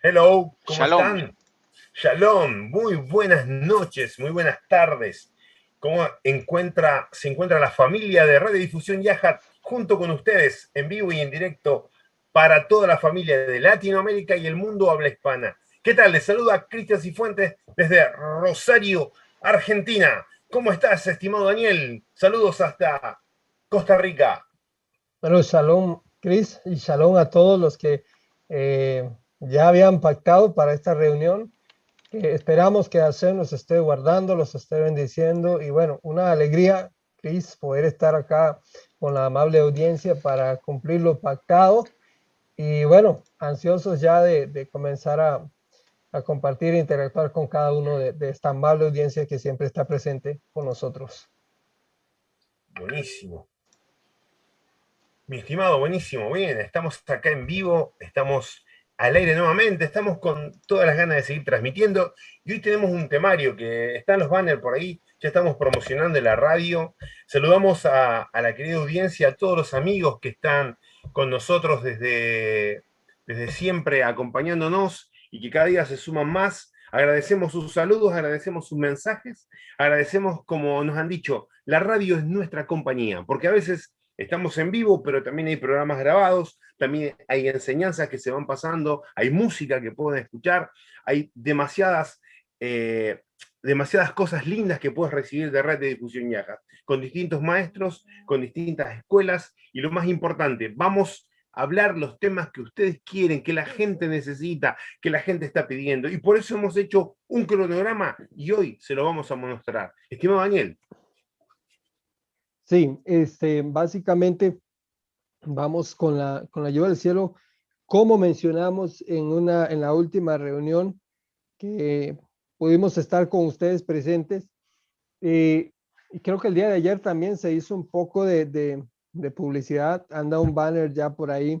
Hello, ¿cómo Shalom. están? Shalom, muy buenas noches, muy buenas tardes. ¿Cómo se encuentra la familia de Radiodifusión Yahat junto con ustedes en vivo y en directo para toda la familia de Latinoamérica y el mundo habla hispana? ¿Qué tal? Les saluda Cristian Cifuentes desde Rosario, Argentina. ¿Cómo estás, estimado Daniel? Saludos hasta Costa Rica. Bueno, shalom, Chris, y shalom a todos los que ya habían pactado para esta reunión. Esperamos que Hashem nos esté guardando, los esté bendiciendo. Y bueno, una alegría, Chris, poder estar acá con la amable audiencia para cumplir lo pactado. Y bueno, ansiosos ya de comenzar a compartir e interactuar con cada uno de esta amable audiencia que siempre está presente con nosotros. Buenísimo. Mi estimado, buenísimo, bien, estamos acá en vivo, estamos al aire nuevamente, estamos con todas las ganas de seguir transmitiendo y hoy tenemos un temario que está en los banners por ahí, ya estamos promocionando en la radio. Saludamos a la querida audiencia, a todos los amigos que están con nosotros desde siempre acompañándonos y que cada día se suman más. Agradecemos sus saludos, agradecemos sus mensajes, agradecemos, como nos han dicho, la radio es nuestra compañía, porque a veces estamos en vivo, pero también hay programas grabados, también hay enseñanzas que se van pasando, hay música que pueden escuchar, hay demasiadas cosas lindas que puedes recibir de Red de Difusión Yaja, con distintos maestros, con distintas escuelas, y lo más importante, vamos a hablar los temas que ustedes quieren, que la gente necesita, que la gente está pidiendo, y por eso hemos hecho un cronograma, y hoy se lo vamos a mostrar. Estimado Daniel. Sí, básicamente vamos con la ayuda del cielo, como mencionamos en la última reunión que pudimos estar con ustedes presentes. Y creo que el día de ayer también se hizo un poco de publicidad. Anda un banner ya por ahí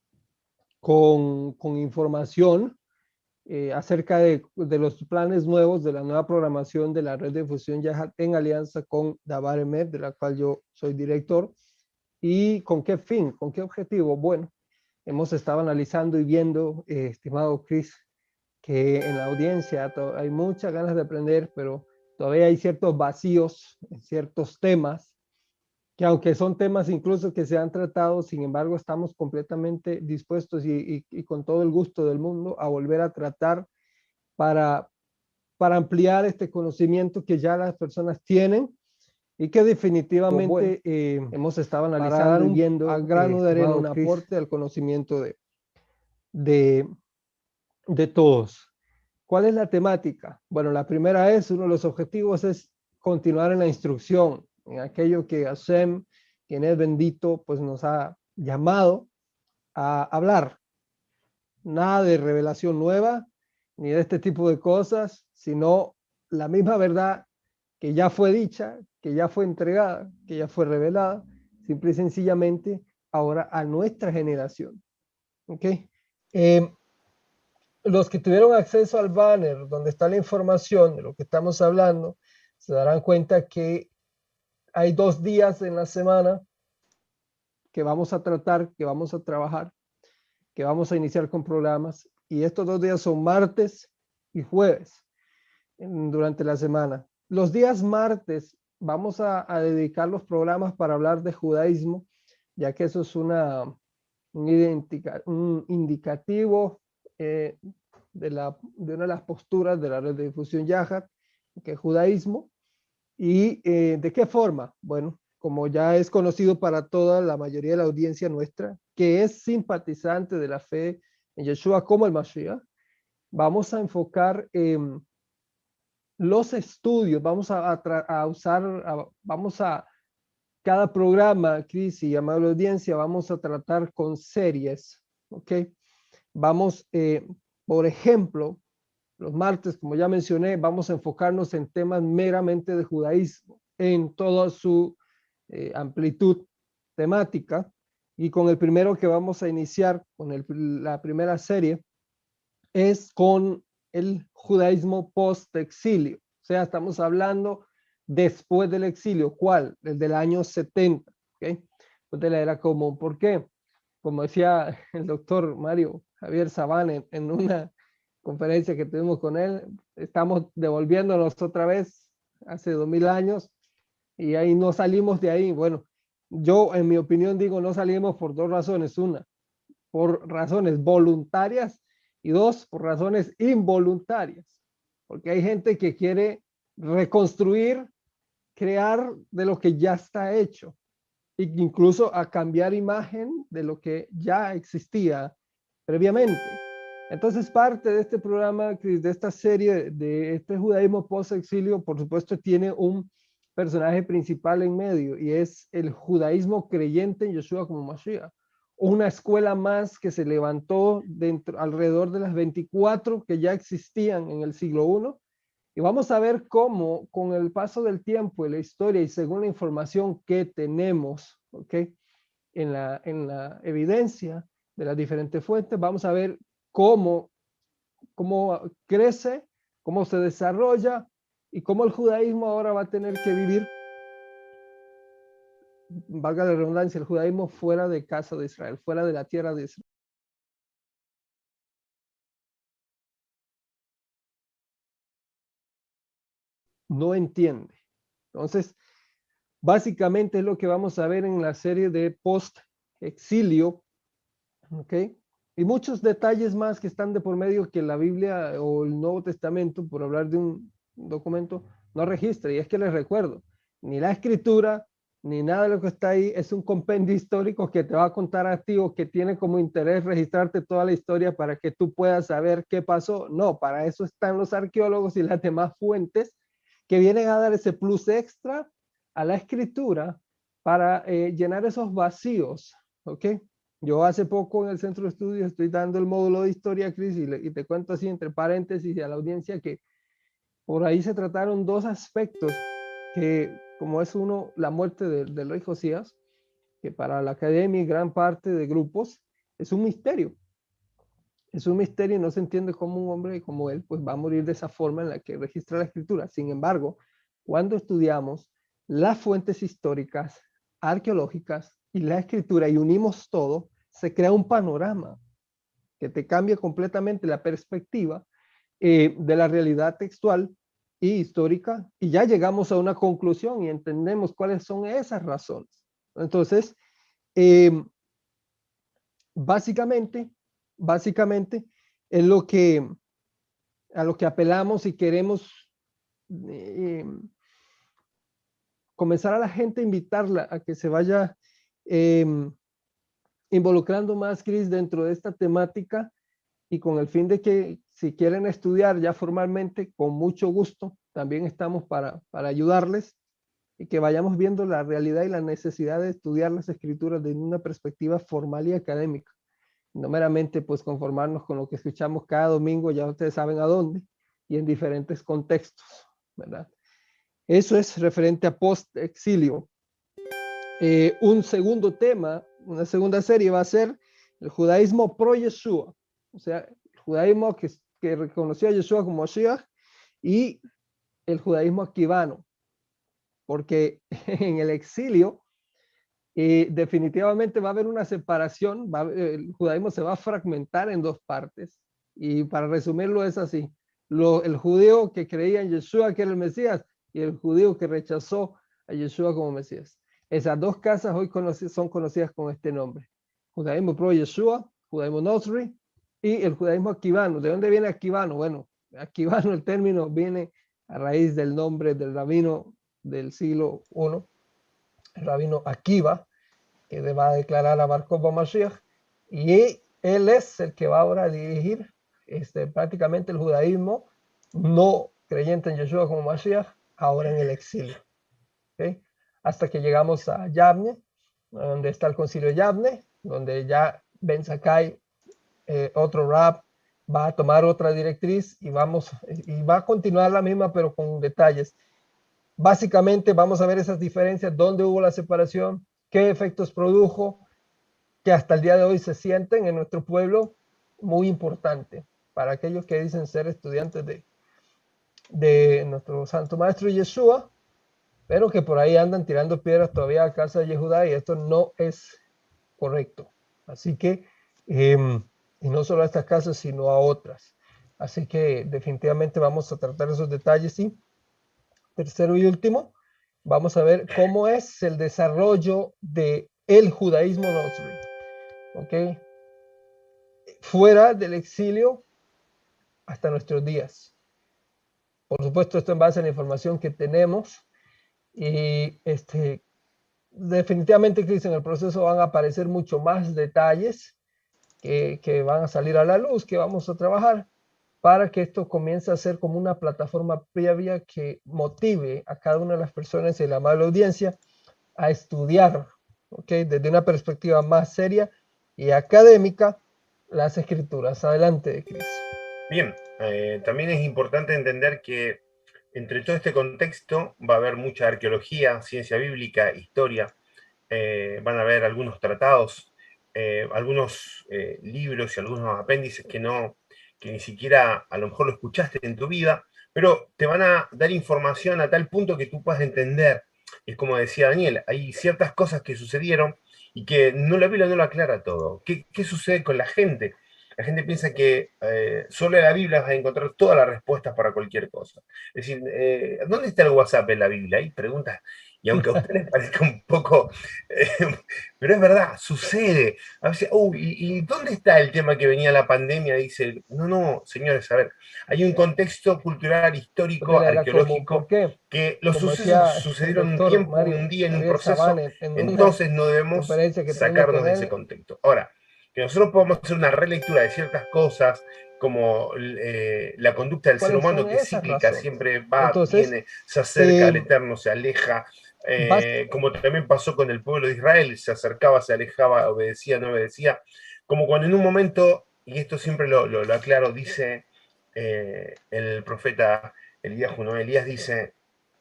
con información acerca de los planes nuevos de la nueva programación de la red de difusión Yahat en alianza con Dabar Emet, de la cual yo soy director. ¿Y con qué fin? ¿Con qué objetivo? Bueno, hemos estado analizando y viendo, estimado Chris, que en la audiencia hay muchas ganas de aprender, pero todavía hay ciertos vacíos en ciertos temas, que aunque son temas incluso que se han tratado, sin embargo, estamos completamente dispuestos y con todo el gusto del mundo a volver a tratar para, para ampliar este conocimiento que ya las personas tienen y que definitivamente hemos estado analizando y viendo a grano de arena un aporte al conocimiento de, de todos. ¿Cuál es la temática? Bueno, la primera es, uno de los objetivos es continuar en la instrucción, en aquello que Hashem, quien es bendito, pues nos ha llamado a hablar. Nada de revelación nueva, ni de este tipo de cosas, sino la misma verdad que ya fue dicha, que ya fue entregada, que ya fue revelada, simple y sencillamente ahora a nuestra generación. ¿Ok? Los que tuvieron acceso al banner donde está la información de lo que estamos hablando, se darán cuenta que hay 2 días en la semana que vamos a tratar, que vamos a trabajar, que vamos a iniciar con programas, y estos 2 días son martes y jueves durante la semana. Los días martes vamos a dedicar los programas para hablar de judaísmo, ya que eso es un indicativo de una de las posturas de la red de difusión Yahat, que es judaísmo. ¿Y de qué forma? Bueno, como ya es conocido para toda la mayoría de la audiencia nuestra, que es simpatizante de la fe en Yeshua como el Mashiach, vamos a enfocar los estudios, vamos a cada programa, Cris y amable audiencia, vamos a tratar con series, ¿ok? Vamos, por ejemplo, los martes, como ya mencioné, vamos a enfocarnos en temas meramente de judaísmo, en toda su amplitud temática. Y con el primero que vamos a iniciar, la primera serie, es con el judaísmo post-exilio. O sea, estamos hablando después del exilio. ¿Cuál? El del año 70, ¿ok? Pues de la era común. ¿Por qué? Como decía el doctor Mario Javier Sabán conferencia que tuvimos con él. Estamos devolviéndonos otra vez hace 2000 años y ahí no salimos de ahí. Bueno, yo en mi opinión digo no salimos por dos razones. Una, por razones voluntarias y dos, por razones involuntarias. Porque hay gente que quiere reconstruir, crear de lo que ya está hecho, e incluso a cambiar imagen de lo que ya existía previamente. Entonces, parte de este programa, de esta serie, de este judaísmo post-exilio, por supuesto, tiene un personaje principal en medio y es el judaísmo creyente en Yeshua como Mashiach. Una escuela más que se levantó dentro, alrededor de las 24 que ya existían en el siglo I. Y vamos a ver cómo con el paso del tiempo y la historia y según la información que tenemos, ¿ok? En la evidencia de las diferentes fuentes, vamos a ver cómo crece, cómo se desarrolla y cómo el judaísmo ahora va a tener que vivir, valga la redundancia, el judaísmo fuera de casa de Israel, fuera de la tierra de Israel. No entiende. Entonces, básicamente es lo que vamos a ver en la serie de post-exilio, ¿ok? Y muchos detalles más que están de por medio que la Biblia o el Nuevo Testamento, por hablar de un documento, no registra. Y es que les recuerdo, ni la escritura, ni nada de lo que está ahí es un compendio histórico que te va a contar a ti o que tiene como interés registrarte toda la historia para que tú puedas saber qué pasó. No, para eso están los arqueólogos y las demás fuentes que vienen a dar ese plus extra a la escritura para llenar esos vacíos, ¿ok? Yo hace poco en el centro de estudios estoy dando el módulo de historia, Cris, y te cuento así entre paréntesis y a la audiencia que por ahí se trataron dos aspectos que, como es uno, la muerte del rey Josías, que para la academia y gran parte de grupos es un misterio. Es un misterio y no se entiende cómo un hombre como él pues va a morir de esa forma en la que registra la escritura. Sin embargo, cuando estudiamos las fuentes históricas, arqueológicas y la escritura y unimos todo, se crea un panorama que te cambia completamente la perspectiva de la realidad textual y histórica y ya llegamos a una conclusión y entendemos cuáles son esas razones. Entonces, básicamente es a lo que apelamos y queremos eh, comenzar a la gente a invitarla a que se vaya involucrando más, Cris, dentro de esta temática y con el fin de que si quieren estudiar ya formalmente, con mucho gusto, también estamos para ayudarles y que vayamos viendo la realidad y la necesidad de estudiar las escrituras desde una perspectiva formal y académica. No meramente pues conformarnos con lo que escuchamos cada domingo, ya ustedes saben a dónde, y en diferentes contextos, ¿verdad? Eso es referente a post-exilio. Un segundo tema, una segunda serie va a ser el judaísmo pro-Yeshua, o sea, el judaísmo que reconoció a Yeshua como Mashiach y el judaísmo aquivano, porque en el exilio definitivamente va a haber una separación, el judaísmo se va a fragmentar en dos partes y para resumirlo es así, el judío que creía en Yeshua que era el Mesías y el judío que rechazó a Yeshua como Mesías. Esas dos casas hoy son conocidas con este nombre, judaísmo pro Yeshua, judaísmo Nosri y el judaísmo aquivano. ¿De dónde viene aquivano? Bueno, aquivano el término viene a raíz del nombre del rabino del siglo I, el rabino Akiva, que va a declarar a Bar Kokhba Mashiach, y él es el que va ahora a dirigir prácticamente el judaísmo no creyente en Yeshua como Mashiach, ahora en el exilio. ¿Okay? Hasta que llegamos a Yavne, donde está el concilio de Yavne, donde ya Ben Zakkai, otro rab, va a tomar otra directriz y va a continuar la misma, pero con detalles. Básicamente vamos a ver esas diferencias, dónde hubo la separación, qué efectos produjo, que hasta el día de hoy se sienten en nuestro pueblo, muy importante para aquellos que dicen ser estudiantes de nuestro santo maestro Yeshua, pero que por ahí andan tirando piedras todavía a casa de Yehudá y esto no es correcto. Así que, y no solo a estas casas, sino a otras. Así que definitivamente vamos a tratar esos detalles. Y tercero y último, vamos a ver cómo es el desarrollo de el judaísmo nosri, ¿ok? Fuera del exilio hasta nuestros días. Por supuesto, esto en base a la información que tenemos y definitivamente, Cris, en el proceso van a aparecer mucho más detalles que van a salir a la luz, que vamos a trabajar para que esto comience a ser como una plataforma previa que motive a cada una de las personas y la amable audiencia a estudiar, ¿ok? Desde una perspectiva más seria y académica las escrituras. Adelante, Cris. Bien, también es importante entender que entre todo este contexto va a haber mucha arqueología, ciencia bíblica, historia, van a haber algunos tratados, algunos libros y algunos apéndices que ni siquiera a lo mejor lo escuchaste en tu vida, pero te van a dar información a tal punto que tú puedas entender. Es como decía Daniel, hay ciertas cosas que sucedieron y que no, la Biblia no lo aclara todo. ¿Qué sucede con la gente? La gente piensa que solo en la Biblia vas a encontrar todas las respuestas para cualquier cosa. Es decir, ¿dónde está el WhatsApp en la Biblia? Hay preguntas, y aunque a ustedes parezca un poco, eh, pero es verdad, sucede. A veces, ¿y dónde está el tema que venía la pandemia? Dice, no, no, señores, a ver, hay un contexto cultural, histórico, Era como, ¿por arqueológico, qué? que los Como sucesos decía el sucedieron un doctor tiempo, Mario un día, en un Gabriel proceso, Sabane en una entonces no debemos conferencia que tuvimos sacarnos con de ese él. contexto. Ahora, que nosotros podamos hacer una relectura de ciertas cosas, como la conducta del ser ¿Cuáles humano, son que es esas cíclica, razones? siempre va, Entonces, viene, se acerca eh, al Eterno, se aleja, vas, como también pasó con el pueblo de Israel, se acercaba, se alejaba, obedecía, no obedecía, como cuando en un momento, y esto siempre lo aclaro, dice el profeta Elías, ¿no? Elías dice,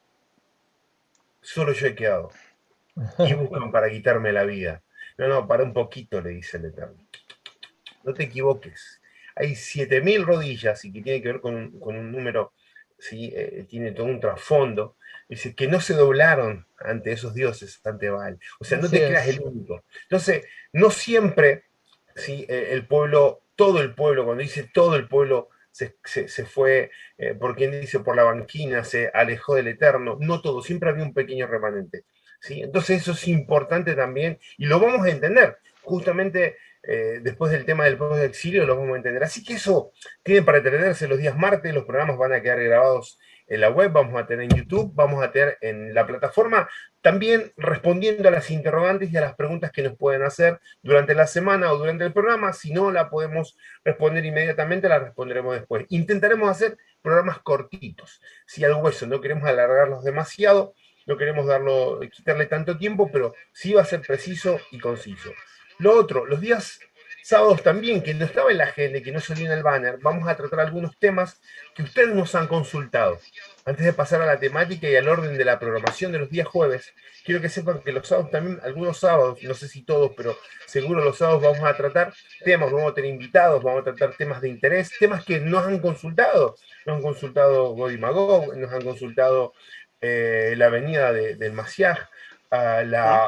solo yo he quedado, y buscan para quitarme la vida. No, no, para un poquito, le dice el Eterno. No te equivoques. Hay 7000 rodillas y que tiene que ver con un número, ¿sí? Tiene todo un trasfondo. Dice que no se doblaron ante esos dioses, ante Baal. O sea, no así te creas es. el único. Entonces, no siempre, ¿sí? El pueblo, todo el pueblo, cuando dice todo el pueblo, se fue, por quien dice, por la banquina, se alejó del Eterno. No todo, siempre había un pequeño remanente. ¿Sí? Entonces eso es importante también y lo vamos a entender. Justamente después del tema del post-exilio lo vamos a entender. Así que eso tienen para entretenerse los días martes, los programas van a quedar grabados en la web, vamos a tener en YouTube, vamos a tener en la plataforma, también respondiendo a las interrogantes y a las preguntas que nos pueden hacer durante la semana o durante el programa. Si no la podemos responder inmediatamente, la responderemos después. Intentaremos hacer programas cortitos. Si al hueso no queremos alargarlos demasiado, no queremos quitarle tanto tiempo, pero sí va a ser preciso y conciso. Lo otro, los días sábados también, que no estaba en la agenda y que no salió en el banner, vamos a tratar algunos temas que ustedes nos han consultado. Antes de pasar a la temática y al orden de la programación de los días jueves, quiero que sepan que los sábados también, algunos sábados, no sé si todos, pero seguro los sábados vamos a tratar temas, vamos a tener invitados, vamos a tratar temas de interés, temas que nos han consultado. Nos han consultado Godi Magog, nos han consultado la venida del Masiaj, a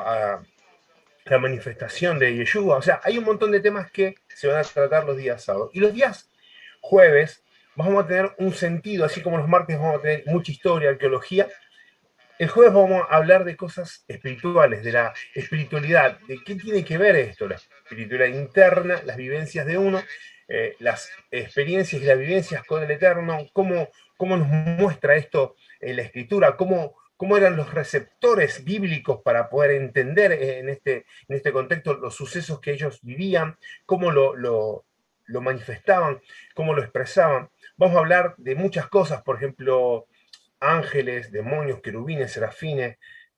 la manifestación de Yeshua. O sea, hay un montón de temas que se van a tratar los días sábados. Y los días jueves vamos a tener un sentido, así como los martes vamos a tener mucha historia, arqueología. El jueves vamos a hablar de cosas espirituales, de la espiritualidad, de qué tiene que ver esto, la espiritualidad interna, las vivencias de uno, las experiencias y las vivencias con el Eterno, cómo nos muestra esto en la escritura, cómo eran los receptores bíblicos para poder entender en este contexto los sucesos que ellos vivían, cómo lo manifestaban, cómo lo expresaban. Vamos a hablar de muchas cosas, por ejemplo, ángeles, demonios, querubines, serafines,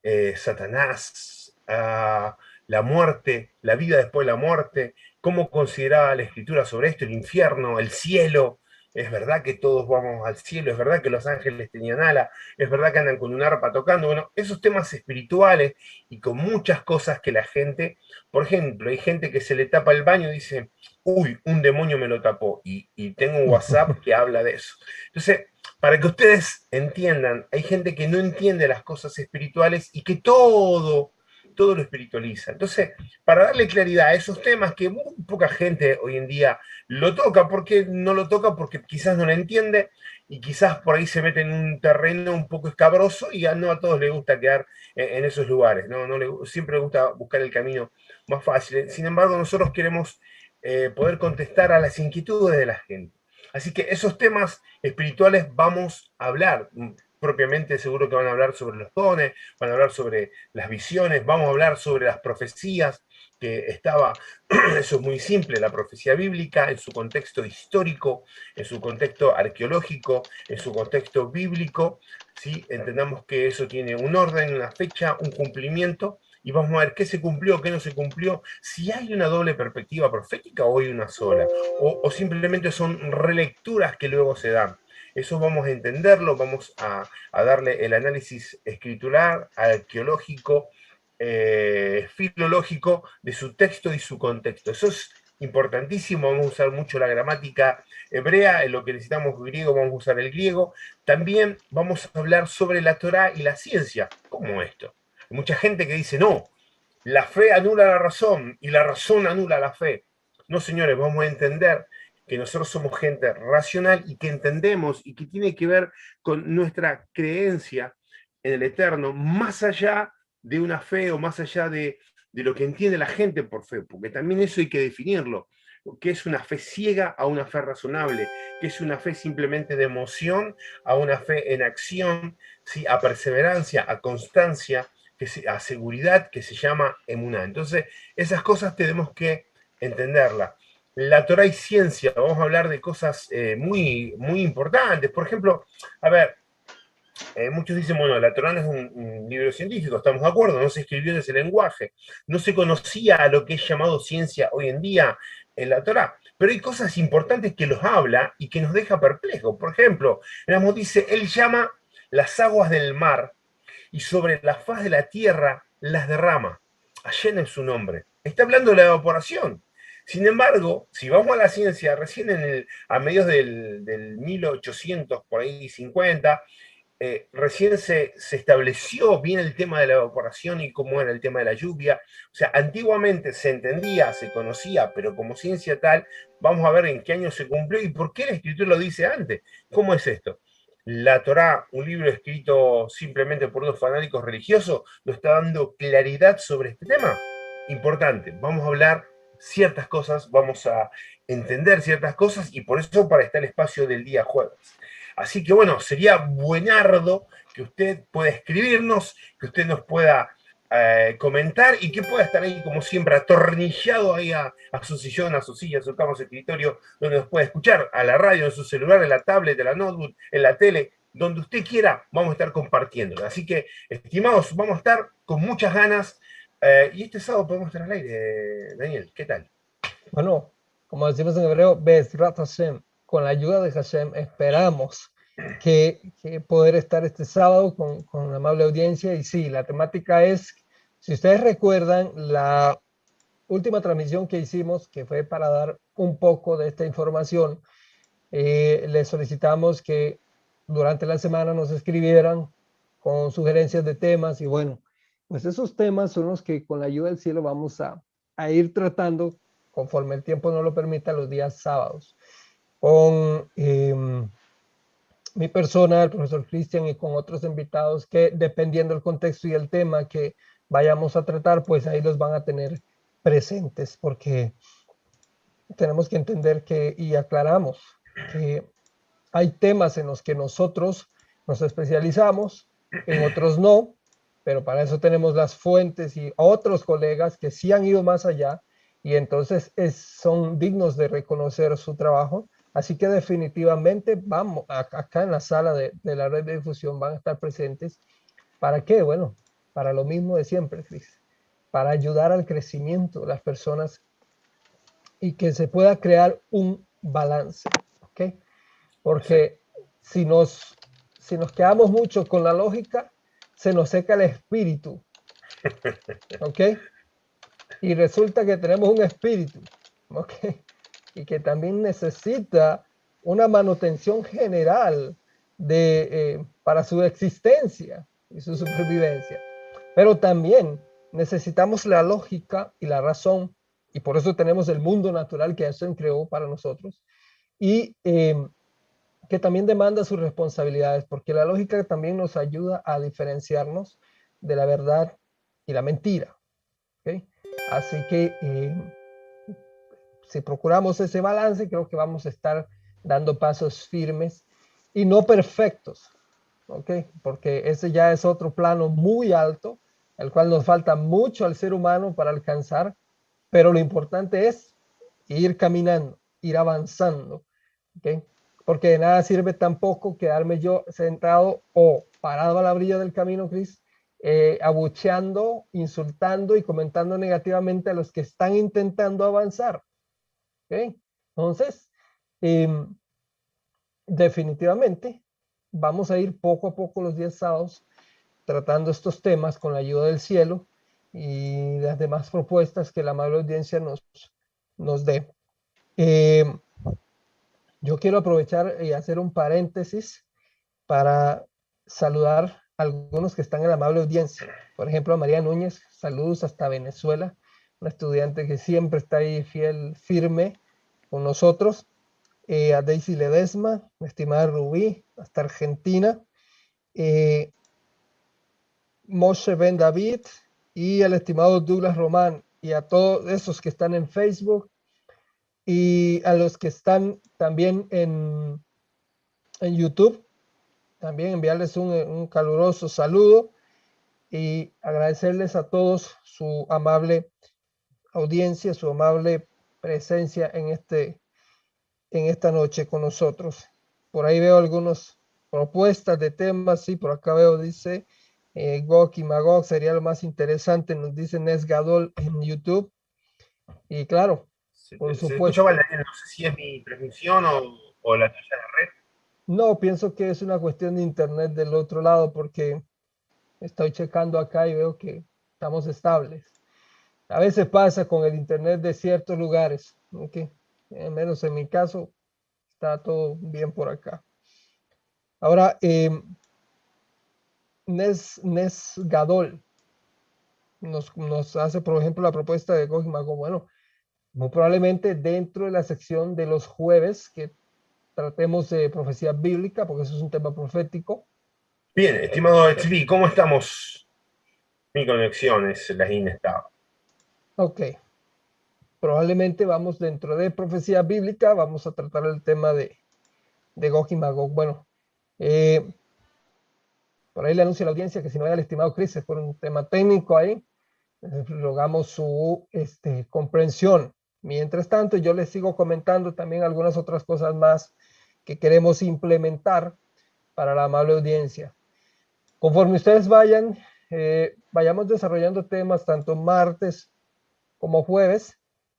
Satanás, la muerte, la vida después de la muerte, cómo consideraba la escritura sobre esto, el infierno, el cielo. Es verdad que todos vamos al cielo, es verdad que los ángeles tenían ala, es verdad que andan con un arpa tocando. Bueno, esos temas espirituales y con muchas cosas que la gente, por ejemplo, hay gente que se le tapa el baño y dice, uy, un demonio me lo tapó, y tengo un WhatsApp que habla de eso. Entonces, para que ustedes entiendan, hay gente que no entiende las cosas espirituales y que todo todo lo espiritualiza. Entonces, para darle claridad a esos temas que muy poca gente hoy en día lo toca, porque no lo toca porque quizás no lo entiende y quizás por ahí se mete en un terreno un poco escabroso y no a todos les gusta quedar en esos lugares, ¿no? Siempre les gusta buscar el camino más fácil. Sin embargo, nosotros queremos poder contestar a las inquietudes de la gente. Así que esos temas espirituales vamos a hablar. Propiamente seguro que van a hablar sobre los dones, van a hablar sobre las visiones, vamos a hablar sobre las profecías, que estaba, eso es muy simple, la profecía bíblica en su contexto histórico, en su contexto arqueológico, en su contexto bíblico, ¿sí? Entendamos que eso tiene un orden, una fecha, un cumplimiento, y vamos a ver qué se cumplió, qué no se cumplió, si hay una doble perspectiva profética o hay una sola, o simplemente son relecturas que luego se dan. Eso vamos a entenderlo, vamos a darle el análisis escritural, arqueológico, filológico de su texto y su contexto. Eso es importantísimo, vamos a usar mucho la gramática hebrea, en lo que necesitamos griego vamos a usar el griego. También vamos a hablar sobre la Torá y la ciencia. ¿Cómo esto? Hay mucha gente que dice, no, la fe anula la razón y la razón anula la fe. No, señores, vamos a entender que nosotros somos gente racional y que entendemos y que tiene que ver con nuestra creencia en el eterno, más allá de una fe o más allá de lo que entiende la gente por fe, porque también eso hay que definirlo, que es una fe ciega a una fe razonable, que es una fe simplemente de emoción a una fe en acción, ¿sí? A perseverancia, a constancia, a seguridad, que se llama emuná. Entonces, esas cosas tenemos que entenderlas. La Torah y ciencia, vamos a hablar de cosas muy, muy importantes. Por ejemplo, a ver, muchos dicen, bueno, la Torá no es un libro científico, estamos de acuerdo, no se escribió en ese lenguaje, no se conocía a lo que es llamado ciencia hoy en día en la Torá, pero hay cosas importantes que los habla y que nos deja perplejos. Por ejemplo, Ramos dice, él llama las aguas del mar y sobre la faz de la tierra las derrama. Allen es su nombre. Está hablando de la evaporación. Sin embargo, si vamos a la ciencia, recién a mediados del 1800, por ahí 50, recién se estableció bien el tema de la evaporación y cómo era el tema de la lluvia. O sea, antiguamente se entendía, se conocía, pero como ciencia tal, vamos a ver en qué año se cumplió y por qué la escritura lo dice antes. ¿Cómo es esto? La Torá, un libro escrito simplemente por unos fanáticos religiosos, nos está dando claridad sobre este tema. Importante, vamos a hablar ciertas cosas, vamos a entender ciertas cosas y por eso para estar el espacio del día jueves. Así que bueno, sería buenardo que usted pueda escribirnos, que usted nos pueda comentar y que pueda estar ahí como siempre atornillado ahí a su sillón, a su silla, a su cama, a su escritorio, donde nos pueda escuchar, a la radio, en su celular, en la tablet, en la notebook, en la tele, donde usted quiera, vamos a estar compartiéndolo. Así que, estimados, vamos a estar con muchas ganas y este sábado podemos estar al aire, Daniel, ¿qué tal? Bueno, como decimos en hebreo, Bezrat Hashem, con la ayuda de Hashem, esperamos que poder estar este sábado con una amable audiencia. Y sí, la temática es, si ustedes recuerdan, la última transmisión que hicimos, que fue para dar un poco de esta información, les solicitamos que durante la semana nos escribieran con sugerencias de temas y bueno, pues esos temas son los que con la ayuda del cielo vamos a ir tratando conforme el tiempo nos lo permita los días sábados con mi persona, el profesor Cristian y con otros invitados que dependiendo del contexto y el tema que vayamos a tratar, pues ahí los van a tener presentes porque tenemos que entender que y aclaramos que hay temas en los que nosotros nos especializamos, en otros no, pero para eso tenemos las fuentes y otros colegas que sí han ido más allá y entonces son dignos de reconocer su trabajo. Así que definitivamente vamos, acá en la sala de la red de difusión van a estar presentes. ¿Para qué? Bueno, para lo mismo de siempre, Cris, para ayudar al crecimiento de las personas y que se pueda crear un balance, ¿ok? Porque si nos quedamos mucho con la lógica, se nos seca el espíritu, ¿ok? Y resulta que tenemos un espíritu, ¿ok? Y que también necesita una manutención general para su existencia y su supervivencia. Pero también necesitamos la lógica y la razón, y por eso tenemos el mundo natural que Hashem creó para nosotros, y que también demanda sus responsabilidades, porque la lógica también nos ayuda a diferenciarnos de la verdad y la mentira. ¿Okay? Así que si procuramos ese balance, creo que vamos a estar dando pasos firmes y no perfectos, ¿ok? Porque ese ya es otro plano muy alto, el cual nos falta mucho al ser humano para alcanzar, pero lo importante es ir caminando, ir avanzando, ¿ok? Porque de nada sirve tampoco quedarme yo sentado o parado a la orilla del camino, Cris, abucheando, insultando y comentando negativamente a los que están intentando avanzar. ¿Ok? Entonces, eh, definitivamente vamos a ir poco a poco los días sábados tratando estos temas con la ayuda del cielo y las demás propuestas que la amable audiencia nos dé. Eh, yo quiero aprovechar y hacer un paréntesis para saludar a algunos que están en la amable audiencia. Por ejemplo, a María Núñez, saludos hasta Venezuela, una estudiante que siempre está ahí fiel, firme con nosotros. A Daisy Ledesma, mi estimada Rubí, hasta Argentina, Moshe Ben David y al estimado Douglas Román y a todos esos que están en Facebook y a los que están también en YouTube, también enviarles un caluroso saludo y agradecerles a todos su amable audiencia, su amable presencia en esta noche con nosotros. Por ahí veo algunas propuestas de temas, sí, por acá veo, dice Gok y Magog sería lo más interesante, nos dice Nes Gadol en YouTube. Y claro, por Se escuchaba, supuesto, no sé si es mi transmisión o la tuya de red. no, pienso que es una cuestión de internet del otro lado porque estoy checando acá y veo que estamos estables. A veces pasa con el internet de ciertos lugares, ¿ok? Menos en mi caso, está todo bien por acá. Ahora, Nes Gadol nos hace, por ejemplo, la propuesta de Gog y Magog. Bueno, muy probablemente dentro de la sección de los jueves que tratemos de profecía bíblica, porque eso es un tema profético. Bien, estimado Exvi, ¿cómo estamos? Mi conexión es la inestable. Ok, probablemente vamos dentro de profecía bíblica, vamos a tratar el tema de Gog y Magog. Bueno, por ahí le anuncio a la audiencia que si no hay al estimado Chris, es por un tema técnico ahí, rogamos su comprensión. Mientras tanto, yo les sigo comentando también algunas otras cosas más que queremos implementar para la amable audiencia. Conforme ustedes vayamos desarrollando temas tanto martes como jueves,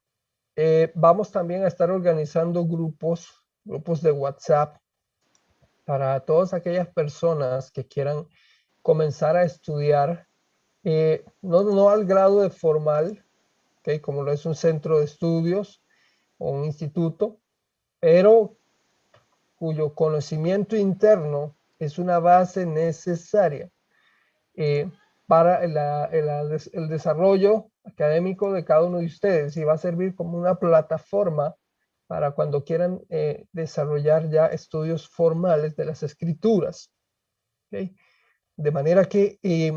vamos también a estar organizando grupos de WhatsApp para todas aquellas personas que quieran comenzar a estudiar, no al grado de formal, ¿okay? Como lo es un centro de estudios o un instituto, pero cuyo conocimiento interno es una base necesaria eh, para el desarrollo académico de cada uno de ustedes y va a servir como una plataforma para cuando quieran desarrollar ya estudios formales de las escrituras. ¿Okay? De manera que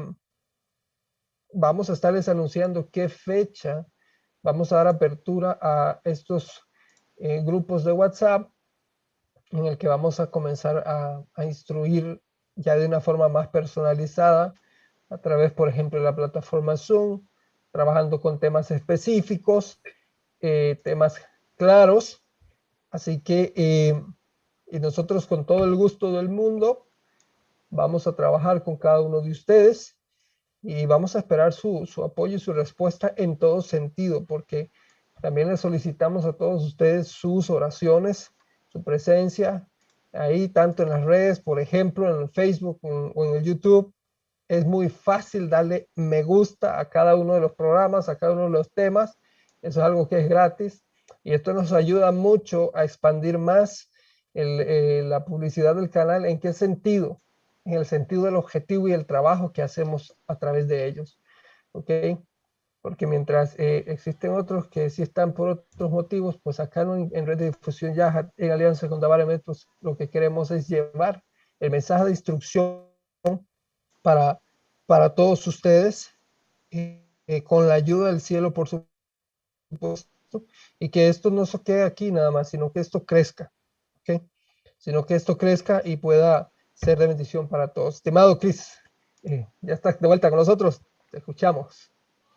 vamos a estarles anunciando qué fecha vamos a dar apertura a estos grupos de WhatsApp en el que vamos a comenzar a instruir ya de una forma más personalizada a través, por ejemplo, de la plataforma Zoom, trabajando con temas específicos, temas claros. Así que y nosotros con todo el gusto del mundo vamos a trabajar con cada uno de ustedes y vamos a esperar su apoyo y su respuesta en todo sentido, porque también les solicitamos a todos ustedes sus oraciones, su presencia ahí, tanto en las redes, por ejemplo, en el Facebook o en el YouTube. Es muy fácil darle me gusta a cada uno de los programas, a cada uno de los temas. Eso es algo que es gratis y esto nos ayuda mucho a expandir más la publicidad del canal. ¿En qué sentido? En el sentido del objetivo y el trabajo que hacemos a través de ellos. ¿ok? Porque mientras existen otros que sí están por otros motivos, pues acá en Red de Difusión ya en alianza con Dabaremed, pues lo que queremos es llevar el mensaje de instrucción para, para todos ustedes, con la ayuda del cielo, por supuesto, y que esto no se quede aquí nada más, sino que esto crezca, ¿ok? Sino que esto crezca y pueda ser de bendición para todos. Estimado Cris, ya estás de vuelta con nosotros, te escuchamos.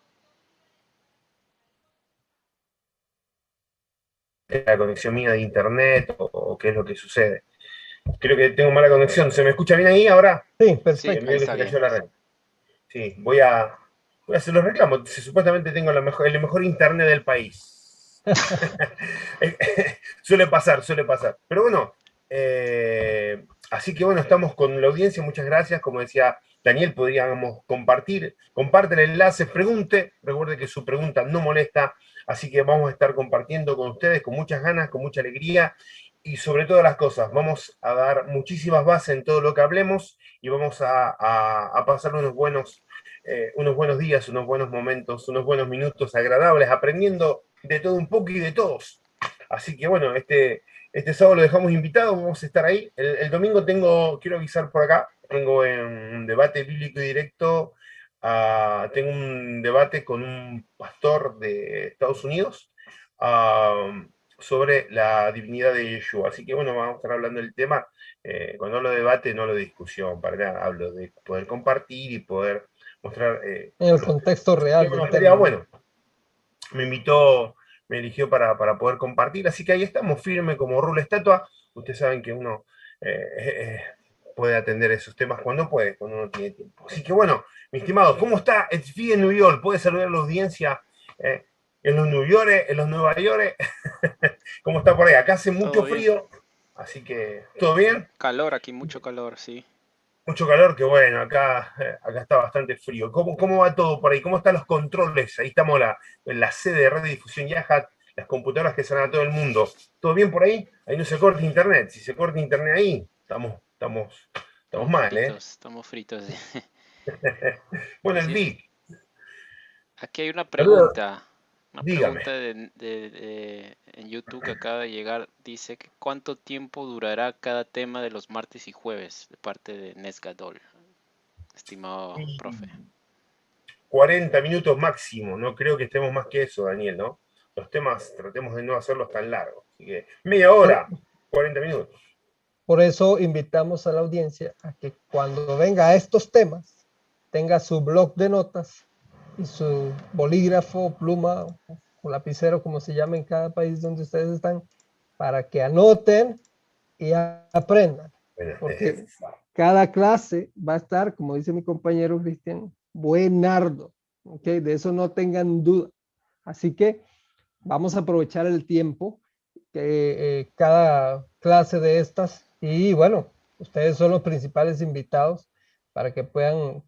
La conexión mía de internet o qué es lo que sucede. Creo que tengo mala conexión. ¿Se me escucha bien ahí ahora? Sí, Sí, Me ahí perfecto. que está se bien. cayó la red. Sí, voy a hacer los reclamos. Supuestamente tengo el mejor internet del país. Suele pasar, suele pasar. Pero bueno, así que bueno, estamos con la audiencia. Muchas gracias. Como decía Daniel, podríamos compartir. Comparte el enlace, pregunte. Recuerde que su pregunta no molesta. Así que vamos a estar compartiendo con ustedes con muchas ganas, con mucha alegría. Y sobre todas las cosas, vamos a dar muchísimas bases en todo lo que hablemos y vamos a pasar unos buenos días, unos buenos momentos, unos buenos minutos agradables, aprendiendo de todo un poco y de todos. Así que bueno, este sábado lo dejamos invitado, vamos a estar ahí. El domingo quiero avisar por acá, tengo un debate bíblico y directo, tengo un debate con un pastor de Estados Unidos sobre la divinidad de Yeshua. Así que bueno, vamos a estar hablando del tema. Cuando hablo de debate, no hablo de discusión, para nada, hablo de poder compartir y poder mostrar En el los contexto real del material. tema. Bueno, me invitó, me eligió para poder compartir, así que ahí estamos, firme como rula estatua. Ustedes saben que uno puede atender esos temas cuando puede, cuando uno tiene tiempo. Así que bueno, mi estimado, ¿cómo está Tzvi en New York? ¿Puede saludar a la audiencia en los New York, en los Nueva York? ¿Cómo está por ahí? Acá hace mucho Todo bien. frío, así que, ¿todo bien? Calor aquí, mucho calor, sí. Mucho calor, que bueno, acá está bastante frío. ¿Cómo va todo por ahí? ¿Cómo están los controles? Ahí estamos en la sede de Red de Difusión Yahat, las computadoras que salen a todo el mundo. ¿Todo bien por ahí? Ahí no se corta internet. Si se corta internet ahí, estamos mal, ¿eh? Estamos fritos. Bueno, el Así es. VIP, Aquí hay saludos, una dígame. pregunta en YouTube que acaba de llegar. Dice que ¿cuánto tiempo durará cada tema de los martes y jueves de parte de Nesgadol, estimado profe? 40 minutos máximo, no creo que estemos más que eso, Daniel, ¿no? Los temas tratemos de no hacerlos tan largos. Así que media Por, hora, 40 minutos. por eso invitamos a la audiencia a que cuando venga a estos temas, tenga su blog de notas y su bolígrafo, pluma o lapicero, como se llama en cada país donde ustedes están, para que anoten y aprendan. Bueno, Porque cada clase va a estar, como dice mi compañero Cristian, buenardo. ¿Ok? De eso no tengan duda. Así que vamos a aprovechar el tiempo que cada clase de estas, y bueno, ustedes son los principales invitados para que puedan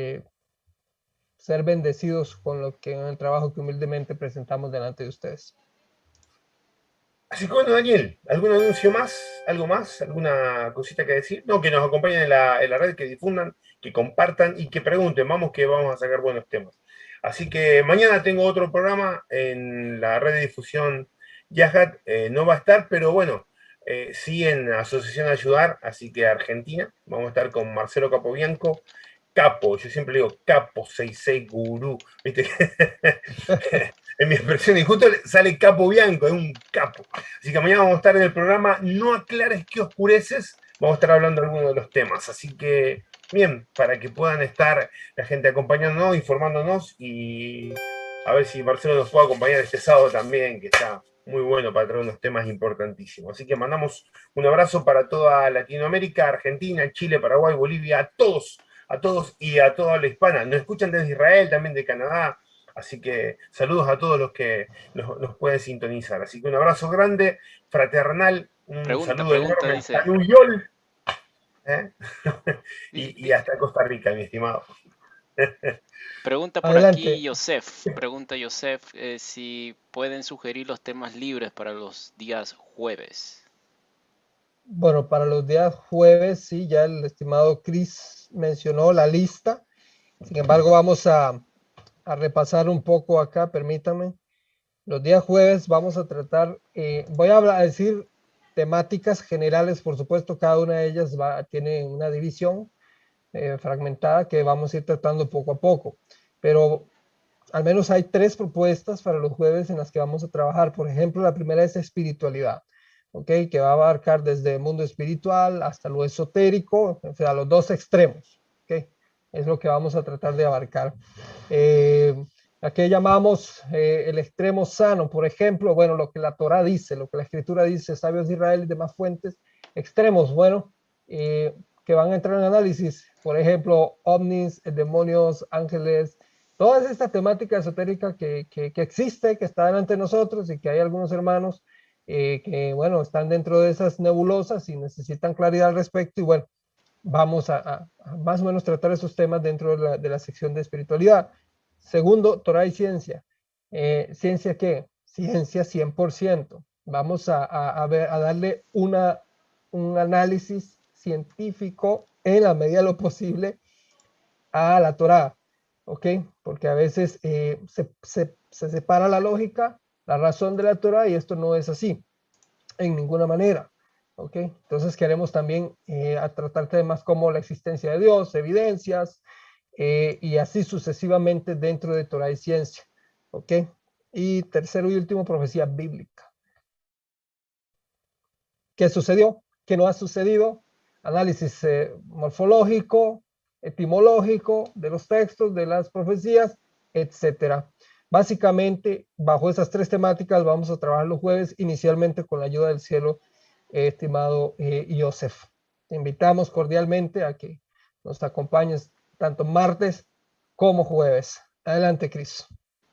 ser bendecidos con el trabajo que humildemente presentamos delante de ustedes. Así que bueno, Daniel, ¿algún anuncio más? ¿Algo más? ¿Alguna cosita que decir? No, que nos acompañen en la red, que difundan, que compartan y que pregunten. Vamos que vamos a sacar buenos temas. Así que mañana tengo otro programa en la red de difusión Yahat. No va a estar, pero bueno, sí en Asociación Ayudar, así que Argentina. Vamos a estar con Marcelo Capobianco. Capo, yo siempre le digo Capo 66 Gurú, ¿viste? En mi expresión, y justo sale Capo Bianco, es un capo. Así que mañana vamos a estar en el programa No aclares que oscureces, vamos a estar hablando de algunos de los temas. Así que, bien, para que puedan estar la gente acompañándonos, informándonos y a ver si Marcelo nos puede acompañar este sábado también, que está muy bueno para traer unos temas importantísimos. Así que mandamos un abrazo para toda Latinoamérica, Argentina, Chile, Paraguay, Bolivia, a todos y a toda la hispana. Nos escuchan desde Israel, también de Canadá. Así que saludos a todos los que nos pueden sintonizar. Así que un abrazo grande, fraternal, un saludo Pregunta, enorme dice. hasta New York, ¿eh? Di- y di- hasta Costa Rica, mi estimado. Pregunta por aquí Adelante. Yosef. Pregunta Yosef si pueden sugerir los temas libres para los días jueves. Bueno, para los días jueves, sí, ya el estimado Chris mencionó la lista. Sin embargo, vamos a a repasar un poco acá, permítame. Los días jueves vamos a tratar, voy a decir temáticas generales, por supuesto, cada una de ellas tiene una división fragmentada que vamos a ir tratando poco a poco, pero al menos hay 3 propuestas para los jueves en las que vamos a trabajar. Por ejemplo, la primera es espiritualidad, ¿ok? Que va a abarcar desde el mundo espiritual hasta lo esotérico, o sea, los 2 extremos, ¿ok? Es lo que vamos a tratar de abarcar. ¿A qué llamamos el extremo sano? Por ejemplo, bueno, lo que la Torah dice, lo que la Escritura dice, sabios de Israel y demás fuentes. Extremos, bueno, que van a entrar en análisis, por ejemplo, ovnis, demonios, ángeles, toda esta temática esotérica que existe, que está delante de nosotros y que hay algunos hermanos que, bueno, están dentro de esas nebulosas y necesitan claridad al respecto. Y bueno, vamos a más o menos tratar esos temas dentro de la sección de espiritualidad. Segundo, Torah y ciencia. ¿Ciencia qué? Ciencia 100%. Vamos a darle un análisis científico en la medida de lo posible a la Torah, ¿ok? Porque a veces se separa la lógica, la razón de la Torah y esto no es así en ninguna manera. ¿Ok? Entonces queremos también a tratar temas como la existencia de Dios, evidencias, y así sucesivamente dentro de Torah y ciencia. ¿Ok? Y tercero y último, profecía bíblica. ¿Qué sucedió? ¿Qué no ha sucedido? Análisis morfológico, etimológico de los textos, de las profecías, etcétera. Básicamente, bajo esas 3 temáticas vamos a trabajar los jueves, inicialmente con la ayuda del cielo, estimado Joseph. Te invitamos cordialmente a que nos acompañes tanto martes como jueves. Adelante, Cris.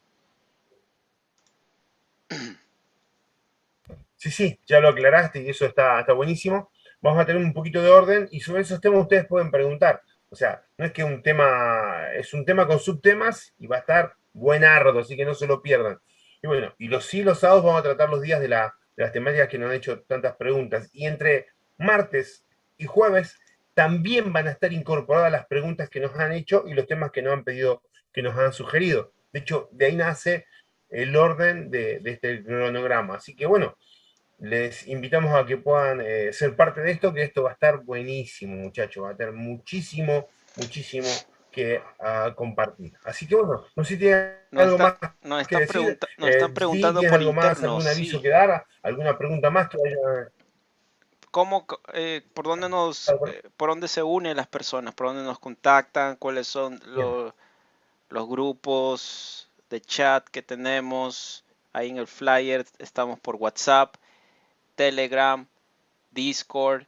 Sí, sí, ya lo aclaraste y eso está buenísimo. Vamos a tener un poquito de orden y sobre esos temas ustedes pueden preguntar. O sea, no es que un tema, es un tema con subtemas y va a estar buenardo, así que no se lo pierdan. Y bueno, y los sábados vamos a tratar los días de las temáticas que nos han hecho tantas preguntas. Y entre martes y jueves también van a estar incorporadas las preguntas que nos han hecho y los temas que nos han pedido, que nos han sugerido. De hecho, de ahí nace el orden de este cronograma. Así que bueno, les invitamos a que puedan ser parte de esto, que esto va a estar buenísimo, muchachos. Va a tener muchísimo, muchísimo que compartir. Así que bueno, no sé si tienen Nos algo está, más nos que están decir. nos están Si preguntando tienes por algo más, interno, algún aviso sí. que dar, alguna pregunta más que vaya ¿Cómo, por dónde se unen las personas? ¿Por dónde nos contactan? ¿Cuáles son bien. los grupos de chat que tenemos? Ahí en el flyer estamos por WhatsApp, Telegram, Discord,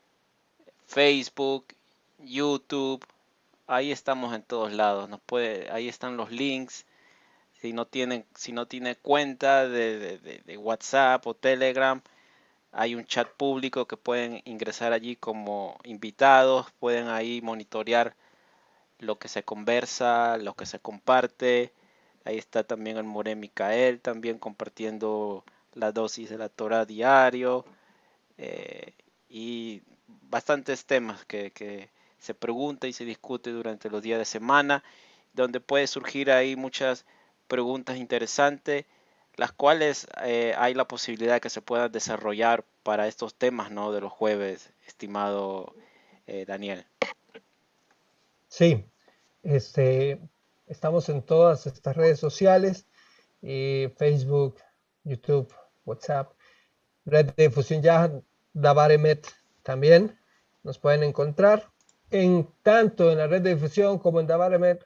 Facebook, YouTube. Ahí estamos en todos lados. Ahí están los links. Si no tiene cuenta de WhatsApp o Telegram, hay un chat público que pueden ingresar allí como invitados, pueden ahí monitorear lo que se conversa, lo que se comparte. Ahí está también el More Micael, también compartiendo la dosis de la Torah diario, eh, y bastantes temas que se pregunta y se discute durante los días de semana, donde puede surgir ahí muchas preguntas interesantes, las cuales hay la posibilidad que se puedan desarrollar para estos temas, ¿no? De los jueves, estimado Daniel. Sí, estamos en todas estas redes sociales, Facebook, YouTube, WhatsApp, red de difusión ya, Davaremet también nos pueden encontrar. Tanto en la red de difusión como en Davaremet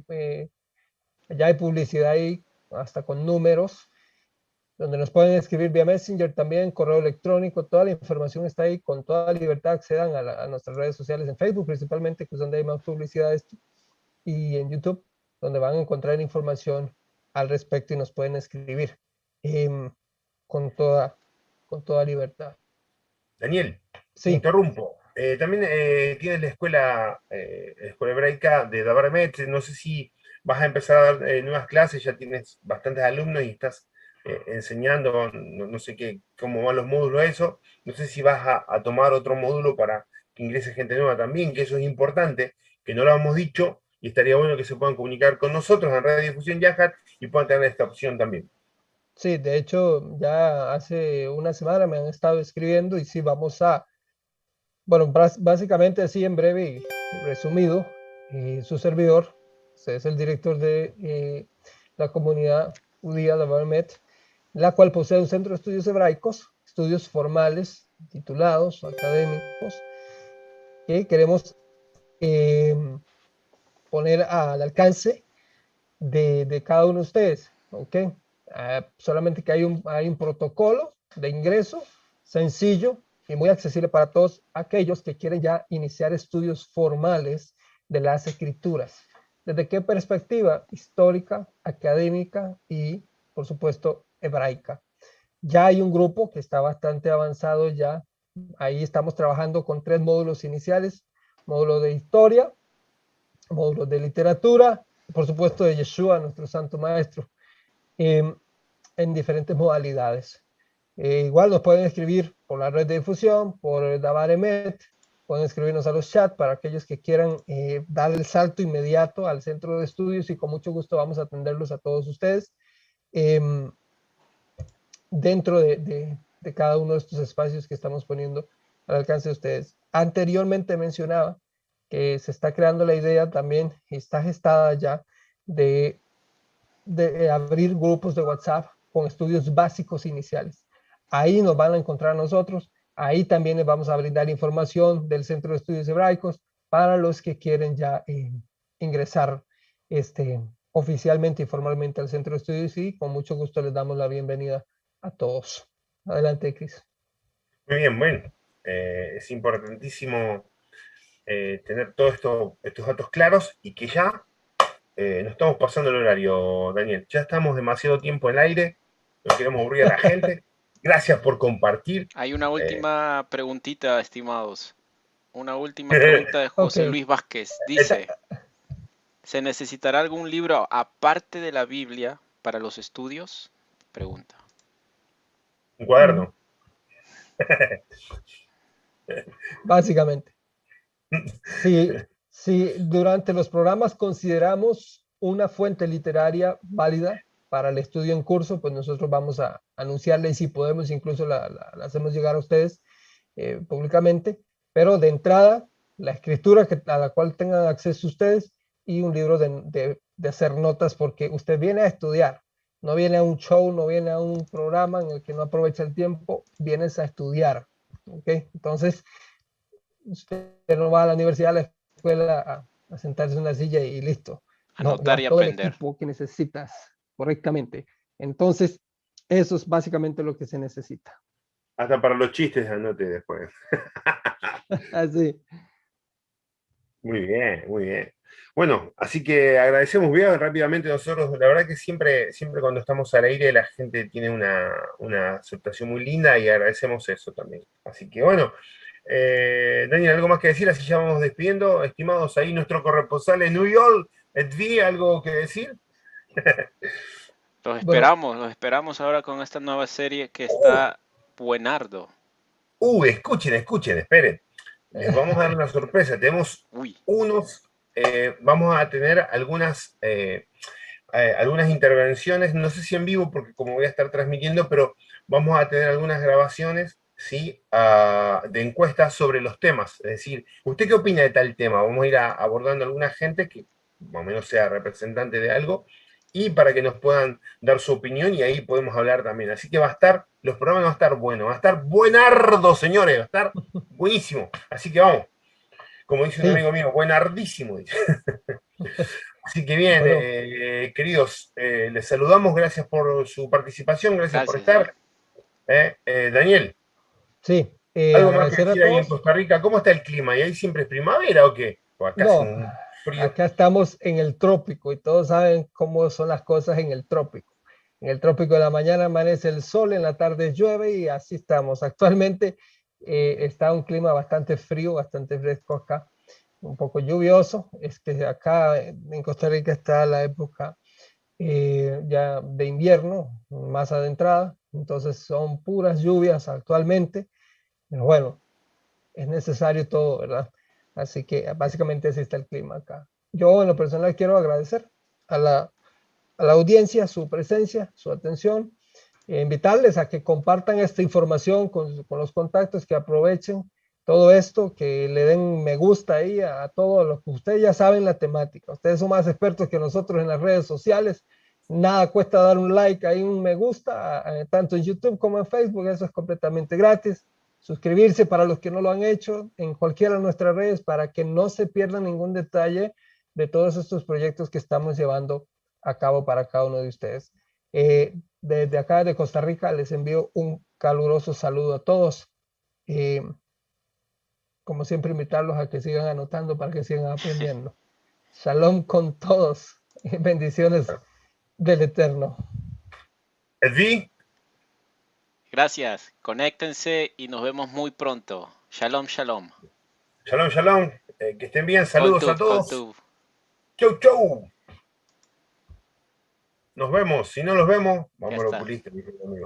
ya hay publicidad ahí, hasta con números, donde nos pueden escribir vía Messenger también, correo electrónico, toda la información está ahí, con toda libertad accedan a nuestras redes sociales, en Facebook principalmente, que es donde hay más publicidad de esto, y en YouTube, donde van a encontrar información al respecto y nos pueden escribir eh, con, toda, con toda libertad. Daniel, te Sí, interrumpo. También tienes la escuela hebraica de Dabaremet. No sé si vas a empezar a dar nuevas clases, ya tienes bastantes alumnos y estás enseñando, no sé cómo van los módulos eso. No sé si vas a tomar otro módulo para que ingrese gente nueva también, que eso es importante, que no lo hemos dicho, y estaría bueno que se puedan comunicar con nosotros en Radio Difusión Yahat y puedan tener esta opción también. Sí, de hecho, ya hace una semana me han estado escribiendo y sí, vamos a, bueno, básicamente así en breve y resumido, su servidor, usted es el director de la comunidad judía de Barmet, la cual posee un centro de estudios hebraicos, estudios formales, titulados, académicos, que queremos eh, poner al alcance de cada uno de ustedes, ¿ok? Solamente que hay un protocolo de ingreso sencillo y muy accesible para todos aquellos que quieren ya iniciar estudios formales de las escrituras. ¿Desde qué perspectiva? Histórica, académica y, por supuesto, hebraica. Ya hay un grupo que está bastante avanzado ya. Ahí estamos trabajando con 3 módulos iniciales: módulo de historia, módulo de literatura, por supuesto de Yeshua, nuestro santo maestro, en diferentes modalidades. Igual nos pueden escribir por la red de difusión, por Dabar Emet, pueden escribirnos a los chats para aquellos que quieran dar el salto inmediato al centro de estudios y con mucho gusto vamos a atenderlos a todos ustedes dentro de cada uno de estos espacios que estamos poniendo al alcance de ustedes. Anteriormente mencionaba que se está creando la idea también, está gestada ya, de abrir grupos de WhatsApp con estudios básicos iniciales. Ahí nos van a encontrar nosotros, ahí también les vamos a brindar información del Centro de Estudios Hebraicos para los que quieren ya ingresar oficialmente y formalmente al Centro de Estudios, y con mucho gusto les damos la bienvenida a todos. Adelante, Cris. Muy bien, bueno, es importantísimo tener todos estos datos claros y que ya nos estamos pasando el horario, Daniel. Ya estamos demasiado tiempo en el aire, no queremos aburrir a la gente. Gracias por compartir. Hay una última preguntita, estimados. Una última pregunta de José Luis Vázquez. Dice, ¿se necesitará algún libro aparte de la Biblia para los estudios? Pregunta. Un cuaderno. Básicamente. Si durante los programas consideramos una fuente literaria válida para el estudio en curso, pues nosotros vamos a anunciarla y si podemos incluso la hacemos llegar a ustedes públicamente, pero de entrada la escritura a la cual tengan acceso ustedes y un libro de hacer notas, porque usted viene a estudiar, no viene a un show, no viene a un programa en el que no aprovecha el tiempo, vienes a estudiar, ¿ok? Entonces, usted no va a la universidad, a la escuela a sentarse en una silla y listo. Anotar y todo aprender. el equipo que necesitas correctamente. Entonces, eso es básicamente lo que se necesita. Hasta para los chistes anote después. Así. Muy bien, muy bien. Bueno, así que agradecemos bien rápidamente nosotros. La verdad que siempre cuando estamos al aire la gente tiene una aceptación muy linda y agradecemos eso también. Así que bueno, Daniel, ¿algo más que decir? Así ya vamos despidiendo. Estimados, ahí nuestro corresponsal en New York, Edvi, ¿algo que decir? Los esperamos ahora con esta nueva serie que está buenardo. Escuchen, esperen. Les vamos a dar una sorpresa. Tenemos vamos a tener algunas intervenciones, no sé si en vivo, porque como voy a estar transmitiendo, pero vamos a tener algunas grabaciones, ¿sí? De encuestas sobre los temas. Es decir, ¿usted qué opina de tal tema? Vamos a ir abordando a alguna gente que más o menos sea representante de algo, y para que nos puedan dar su opinión y ahí podemos hablar también. Así que los programas van a estar buenos, va a estar buenardo, señores, va a estar buenísimo. Así que vamos, como dice un amigo mío, buenardísimo. Así que bien, bueno, queridos, les saludamos, gracias por su participación, gracias por estar. Daniel. Sí. ¿Algo más que decir ahí en Costa Rica? ¿Cómo está el clima? ¿Y ahí siempre es primavera o qué? O acá no, hace un frío. Acá estamos en el trópico y todos saben cómo son las cosas en el trópico. En el trópico de la mañana amanece el sol, en la tarde llueve y así estamos. Actualmente está un clima bastante frío, bastante fresco acá, un poco lluvioso. Es que acá en Costa Rica está la época ya de invierno, más adentrada, entonces son puras lluvias actualmente. Pero bueno, es necesario todo, ¿verdad? Así que básicamente así está el clima acá. yo en lo personal quiero agradecer a la audiencia su presencia, su atención, invitarles a que compartan esta información con los contactos, que aprovechen todo esto, que le den me gusta ahí a todo lo que ustedes ya saben la temática. Ustedes son más expertos que nosotros en las redes sociales. Nada cuesta dar un like ahí, un me gusta, tanto en YouTube como en Facebook, eso es completamente gratis. Suscribirse para los que no lo han hecho en cualquiera de nuestras redes para que no se pierdan ningún detalle de todos estos proyectos que estamos llevando a cabo para cada uno de ustedes. Desde acá de Costa Rica les envío un caluroso saludo a todos. Eh, como siempre, invitarlos a que sigan anotando para que sigan aprendiendo. Shalom con todos. Bendiciones del Eterno. Edvi, Gracias, conéctense y nos vemos muy pronto. Shalom, shalom. shalom, shalom. Que estén bien, Kol saludos a tuv, kol todos. tuv. Chau, chau. Nos vemos. Si no los vemos, Ya vamos al está. oculista, mi querido amigo.